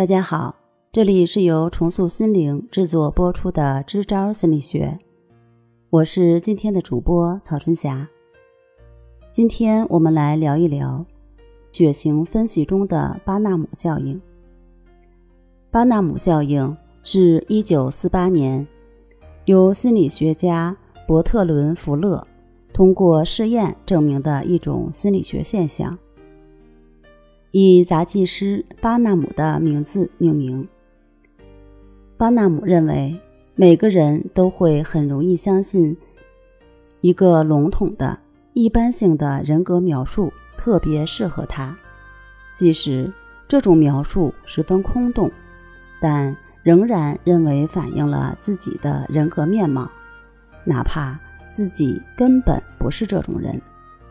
大家好，这里是由重塑心灵制作播出的支招心理学，我是今天的主播曹春霞。今天我们来聊一聊血型分析中的巴纳姆效应。巴纳姆效应是1948年由心理学家伯特伦·福勒通过试验证明的一种心理学现象，以杂技师巴纳姆的名字命名。巴纳姆认为每个人都会很容易相信一个笼统的一般性的人格描述特别适合他，即使这种描述十分空洞，但仍然认为反映了自己的人格面貌，哪怕自己根本不是这种人。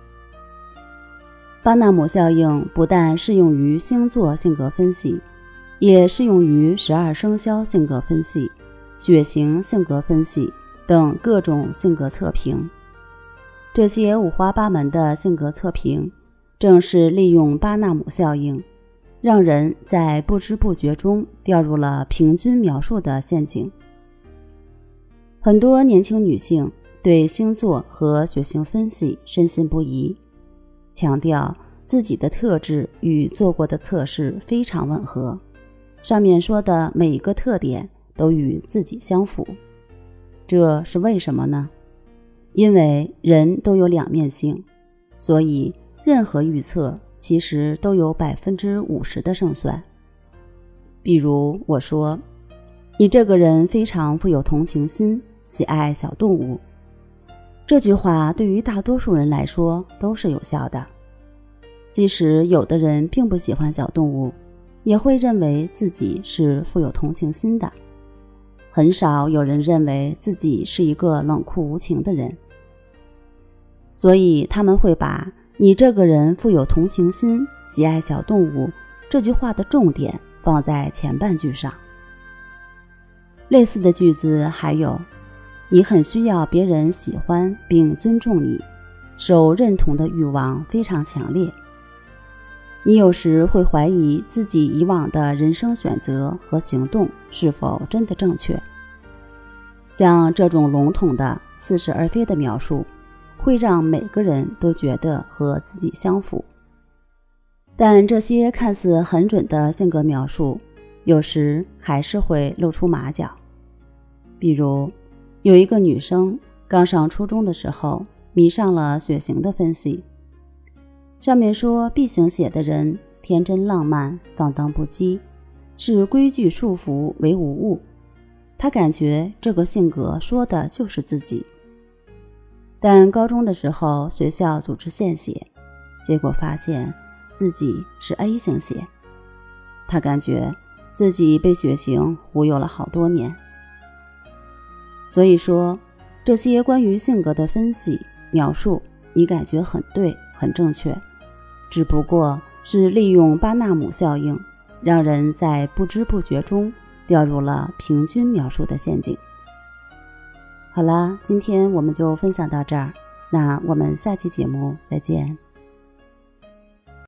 巴纳姆效应不但适用于星座性格分析，也适用于12生肖性格分析、血型性格分析等各种性格测评。这些五花八门的性格测评，正是利用巴纳姆效应，让人在不知不觉中掉入了平均描述的陷阱。很多年轻女性对星座和血型分析深信不疑，强调自己的特质与做过的测试非常吻合，上面说的每一个特点都与自己相符。这是为什么呢？因为人都有两面性，所以任何预测其实都有50%的胜算。比如我说，你这个人非常富有同情心，喜爱小动物，这句话对于大多数人来说都是有效的。即使有的人并不喜欢小动物，也会认为自己是富有同情心的。很少有人认为自己是一个冷酷无情的人，所以他们会把你这个人富有同情心，喜爱小动物这句话的重点放在前半句上。类似的句子还有，你很需要别人喜欢并尊重你，受认同的欲望非常强烈。你有时会怀疑自己以往的人生选择和行动是否真的正确。像这种笼统的似是而非的描述，会让每个人都觉得和自己相符。但这些看似很准的性格描述，有时还是会露出马脚。比如，有一个女生刚上初中的时候迷上了血型的分析，上面说 B 型血的人天真浪漫，放荡不羁，视规矩束缚为无物。她感觉这个性格说的就是自己。但高中的时候学校组织献血，结果发现自己是 A 型血。她感觉自己被血型忽悠了好多年。所以说，这些关于性格的分析描述，你感觉很对很正确，只不过是利用巴纳姆效应，让人在不知不觉中掉入了平均描述的陷阱。好了，今天我们就分享到这儿，那我们下期节目再见。